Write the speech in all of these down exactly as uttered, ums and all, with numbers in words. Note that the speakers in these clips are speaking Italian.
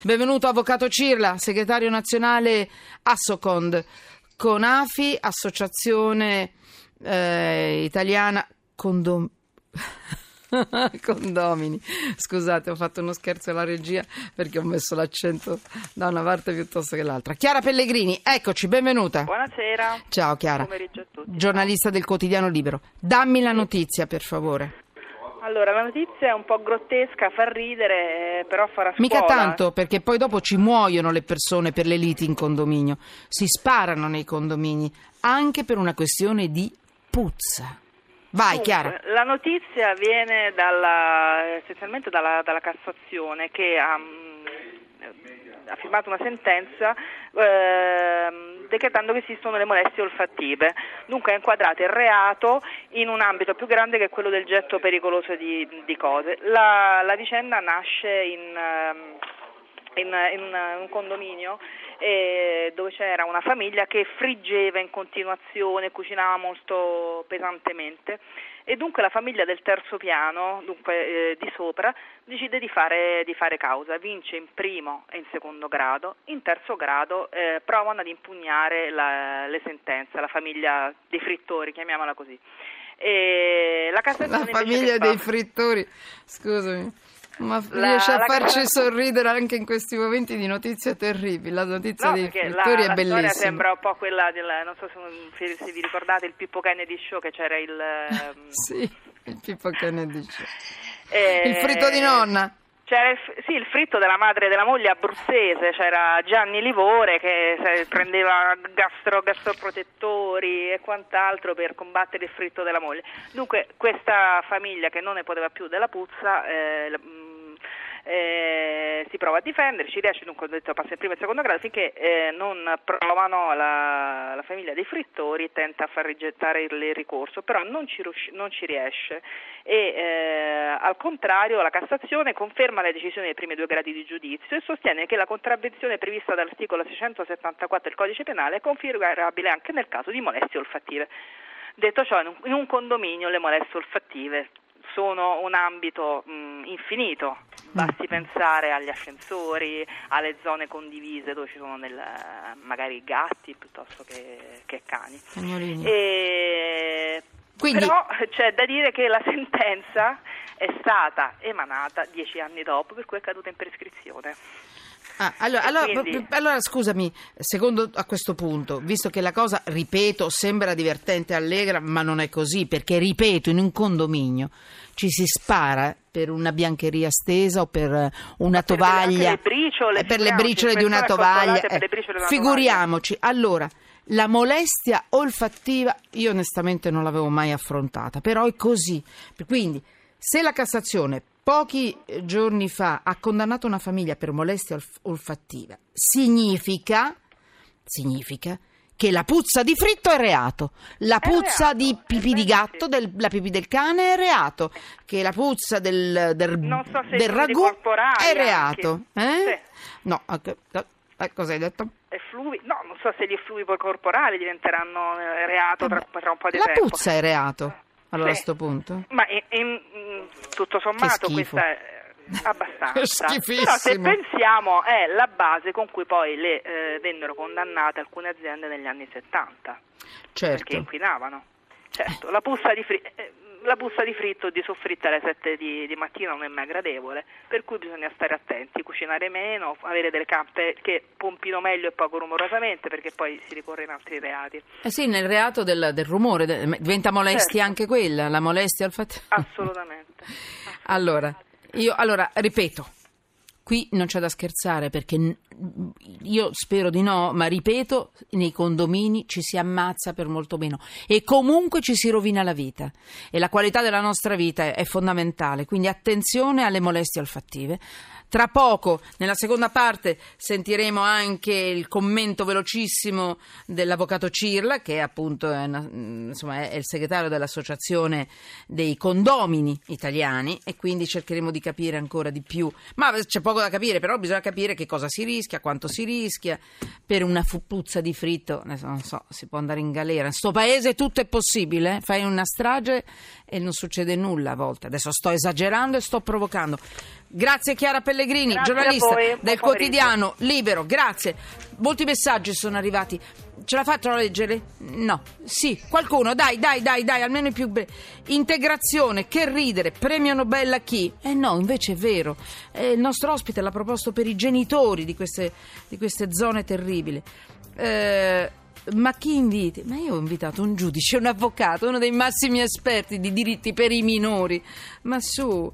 Benvenuto Avvocato Cirla, segretario nazionale Assocond, CONAFI, Associazione eh, Italiana Condom... Condomini. Scusate, ho fatto uno scherzo alla regia perché ho messo l'accento da una parte piuttosto che l'altra. Chiara Pellegrini, eccoci, benvenuta. Buonasera. Ciao Chiara. Buon pomeriggio a tutti. Giornalista del Quotidiano Libero. Dammi la notizia, per favore. Allora, la notizia è un po' grottesca, fa ridere, però farà scuola. Mica tanto, perché poi dopo ci muoiono le persone per le liti in condominio. Si sparano nei condomini, anche per una questione di puzza. Vai, Dunque, Chiara. La notizia viene dalla, essenzialmente dalla, dalla Cassazione, che ha, ha firmato una sentenza eh, decretando che esistono le molestie olfattive. Dunque è inquadrato il reato in un ambito più grande che è quello del getto pericoloso di, di cose. La, la vicenda nasce in, in, in un condominio eh, dove c'era una famiglia che friggeva in continuazione, cucinava molto pesantemente, e dunque la famiglia del terzo piano, dunque eh, di sopra, decide di fare, di fare causa, vince in primo e in secondo grado, in terzo grado eh, provano ad impugnare la, le sentenze, la famiglia dei frittori, chiamiamola così. E la Cassazione La famiglia dei fa... frittori, scusami, ma La, riesce a la farci Cassazione... sorridere anche in questi momenti di notizie terribili. La notizia no, dei perché frittori la, è bellissima. La storia sembra un po' quella del, non so se, se vi ricordate il Pippo Kennedy Show, che c'era il um... sì, il Pippo Kennedy Show. Eh, il fritto di nonna. C'era il, sì, il fritto della madre della moglie abruzzese, c'era Gianni Livore che se, prendeva gastro, gastroprotettori e quant'altro per combattere il fritto della moglie. Dunque questa famiglia, che non ne poteva più della puzza, eh, Eh, si prova a difendere, ci riesce, dunque ho detto passa in primo e secondo grado, finché eh, non provano la, la famiglia dei frittori, tenta a far rigettare il, il ricorso, però non ci, non ci riesce e eh, al contrario la Cassazione conferma le decisioni dei primi due gradi di giudizio e sostiene che la contravvenzione prevista dall'articolo seicentosettantaquattro del Codice Penale è configurabile anche nel caso di molestie olfattive. Detto ciò, in un, in un condominio le molestie olfattive sono un ambito mh, infinito, basti pensare agli ascensori, alle zone condivise dove ci sono nel, magari gatti piuttosto che, che cani. E... Quindi... Però c'è da dire che la sentenza è stata emanata dieci anni dopo, per cui è caduta in prescrizione. Ah, allora, allora, quindi... allora scusami, secondo a questo punto, visto che la cosa, ripeto, sembra divertente e allegra, ma non è così, perché ripeto, in un condominio ci si spara per una biancheria stesa o per una per tovaglia, le briciole, per le briciole di una tovaglia, eh, figuriamoci. Allora, la molestia olfattiva io onestamente non l'avevo mai affrontata, però è così. Quindi se la Cassazione pochi giorni fa ha condannato una famiglia per molestia olf- olfattiva, significa, significa che la puzza di fritto è reato, la puzza reato, di pipì di gatto, del, la pipì del cane è reato, che la puzza del, del, so del ragù è reato. Eh? Sì. No, eh, cosa hai detto? Effluvi, no, non so se gli effluvi poi corporali diventeranno reato tra, tra un po' di la tempo. La puzza è reato. Allora, sì. a sto punto? Ma in, in, in, tutto sommato questa è abbastanza. Schifissimo. Però se pensiamo è la base con cui poi le eh, vennero condannate alcune aziende negli anni settanta. Certo. Perché inquinavano. Certo, la puzza di fritto, eh, la puzza di fritto di soffritta alle sette di, di mattina non è mai gradevole, per cui bisogna stare attenti, cucinare meno, avere delle campe che pompino meglio e poco rumorosamente, perché poi si ricorre in altri reati. Eh sì, nel reato del, del rumore diventa molestia, certo, anche quella, la molestia olfattiva. Assolutamente. Allora, io allora ripeto, qui non c'è da scherzare, perché io spero di no, ma ripeto, nei condomini ci si ammazza per molto meno e comunque ci si rovina la vita e la qualità della nostra vita è, è fondamentale, quindi attenzione alle molestie olfattive. Tra poco, nella seconda parte, sentiremo anche il commento velocissimo dell'avvocato Cirla, che appunto è, insomma, è il segretario dell'Associazione dei Condomini Italiani, e quindi cercheremo di capire ancora di più. Ma c'è poco poco da capire, però bisogna capire che cosa si rischia, quanto si rischia. Per una fu- puzza di fritto, adesso non so, si può andare in galera. In sto paese tutto è possibile, eh? Fai una strage e non succede nulla a volte. Adesso sto esagerando e sto provocando. Grazie Chiara Pellegrini, Grazie giornalista voi, del quotidiano Libero, grazie. Molti messaggi sono arrivati. Ce la faccio a leggere? No. Sì, qualcuno, dai, dai, dai, dai, almeno i più brevi. Integrazione, che ridere, premio Nobel a chi? Eh no, invece è vero. Eh, il nostro ospite l'ha proposto per i genitori di queste, di queste zone terribili. Eh, ma chi inviti? Ma io ho invitato un giudice, un avvocato, uno dei massimi esperti di diritti per i minori. Ma su...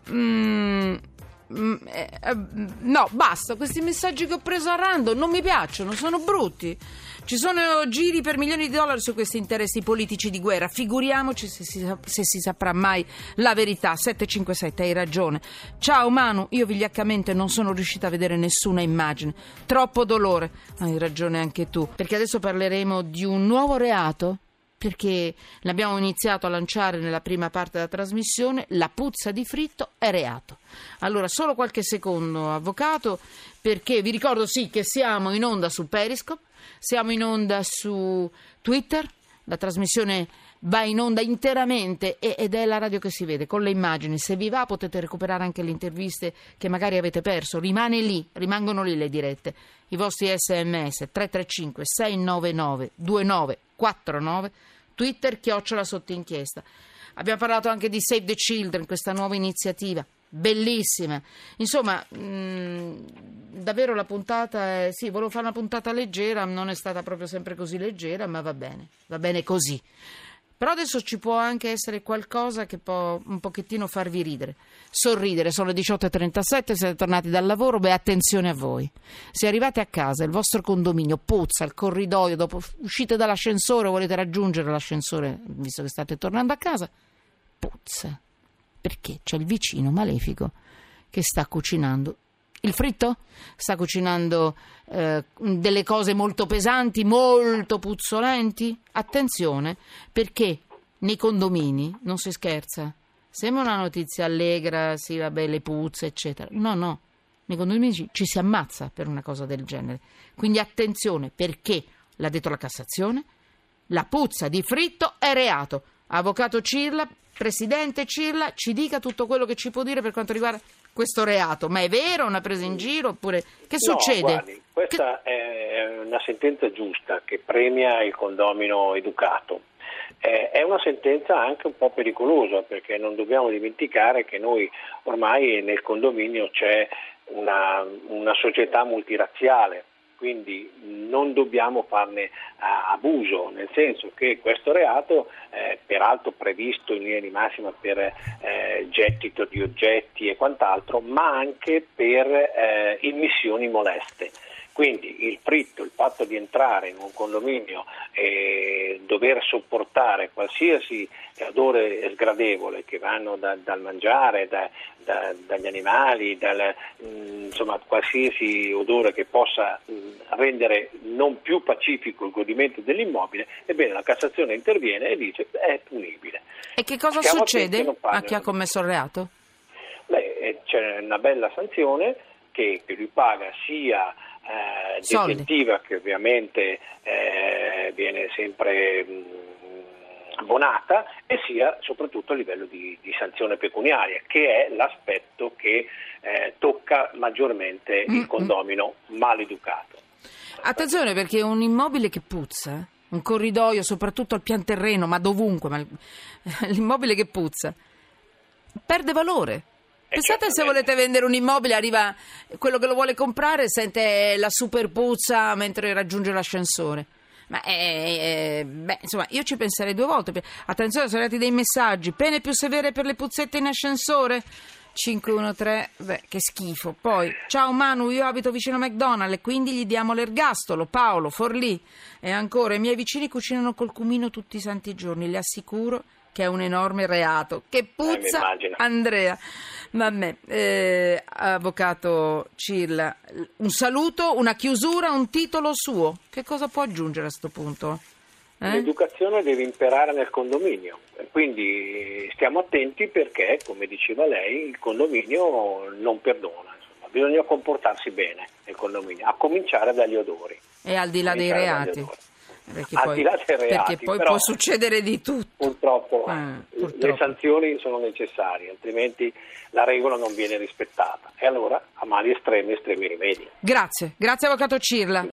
Mm, mm, eh, eh, no, basta, questi messaggi che ho preso a random non mi piacciono, sono brutti. Ci sono giri per milioni di dollari su questi interessi politici di guerra. Figuriamoci se si, se si saprà mai la verità. sette cinque sette, hai ragione. Ciao Manu, io vigliaccamente non sono riuscita a vedere nessuna immagine. Troppo dolore. Hai ragione anche tu. Perché adesso parleremo di un nuovo reato. Perché l'abbiamo iniziato a lanciare nella prima parte della trasmissione. La puzza di fritto è reato. Allora, solo qualche secondo, avvocato, perché vi ricordo sì che siamo in onda su Periscope. Siamo in onda su Twitter, la trasmissione va in onda interamente ed è la radio che si vede, con le immagini. Se vi va potete recuperare anche le interviste che magari avete perso, rimane lì, rimangono lì le dirette. I vostri sms tre tre cinque sei nove nove due nove quattro nove, Twitter chiocciola sotto inchiesta. Abbiamo parlato anche di Save the Children, questa nuova iniziativa. Bellissima, insomma, mh, davvero la puntata è, sì, volevo fare una puntata leggera, non è stata proprio sempre così leggera, ma va bene, va bene così. Però adesso ci può anche essere qualcosa che può un pochettino farvi ridere, sorridere. Sono le diciotto e trentasette, siete tornati dal lavoro, beh, attenzione a voi. Se arrivate a casa, il vostro condominio puzza, il corridoio, dopo uscite dall'ascensore o volete raggiungere l'ascensore, visto che state tornando a casa, puzza. Perché c'è il vicino malefico che sta cucinando il fritto, sta cucinando eh, delle cose molto pesanti, molto puzzolenti. Attenzione, perché nei condomini non si scherza. Sembra una notizia allegra, sì vabbè, le puzze eccetera. No, no, nei condomini ci, ci si ammazza per una cosa del genere. Quindi attenzione, perché l'ha detto la Cassazione, la puzza di fritto è reato. Avvocato Cirla, Presidente Cirla, ci dica tutto quello che ci può dire per quanto riguarda questo reato. Ma è vero, una presa in giro oppure che succede? No, guardi, questa che... è una sentenza giusta che premia il condomino educato. Eh, è una sentenza anche un po' pericolosa, perché non dobbiamo dimenticare che noi ormai nel condominio c'è una, una società multirazziale. Quindi non dobbiamo farne uh, abuso, nel senso che questo reato, eh, peraltro previsto in linea di massima per eh, gettito di oggetti e quant'altro, ma anche per eh, immissioni moleste. Quindi il fritto, il fatto di entrare in un condominio e dover sopportare qualsiasi odore sgradevole che vanno da, dal mangiare, da, da, dagli animali, dal, mh, insomma qualsiasi odore che possa mh, rendere non più pacifico il godimento dell'immobile, ebbene la Cassazione interviene e dice è punibile. E che cosa Stiamo succede a chi ha commesso il reato? Beh, c'è una bella sanzione che, che lui paga sia Eh, detentiva, che ovviamente eh, viene sempre mh, abbonata, e sia soprattutto a livello di, di sanzione pecuniaria, che è l'aspetto che eh, tocca maggiormente il condomino maleducato. Attenzione, perché un immobile che puzza, un corridoio soprattutto al pian terreno, ma dovunque, ma l'immobile che puzza perde valore. Pensate se volete vendere un immobile, arriva quello che lo vuole comprare e sente la super puzza mentre raggiunge l'ascensore. Ma eh, eh, beh, insomma, io ci penserei due volte. Attenzione, sono arrivati dei messaggi. Pene più severe per le puzzette in ascensore? cinque uno tre, beh, che schifo. Poi, ciao Manu, io abito vicino a McDonald's e quindi gli diamo l'ergastolo. Paolo, Forlì. E ancora, i miei vicini cucinano col cumino tutti i santi giorni, le assicuro che è un enorme reato. Che puzza, eh, Andrea. Vabbè, eh, avvocato Cirla, un saluto, una chiusura, un titolo suo. Che cosa può aggiungere a sto punto? Eh? L'educazione deve imperare nel condominio, quindi stiamo attenti perché, come diceva lei, il condominio non perdona. Insomma, bisogna comportarsi bene nel condominio, a cominciare dagli odori. E al di là dei reati. Perché al poi, di là dei reati, perché poi però, può succedere di tutto. Purtroppo, eh, purtroppo le sanzioni sono necessarie, altrimenti la regola non viene rispettata. E allora, a mali estremi, estremi rimedi. Grazie, grazie Avvocato Cirla.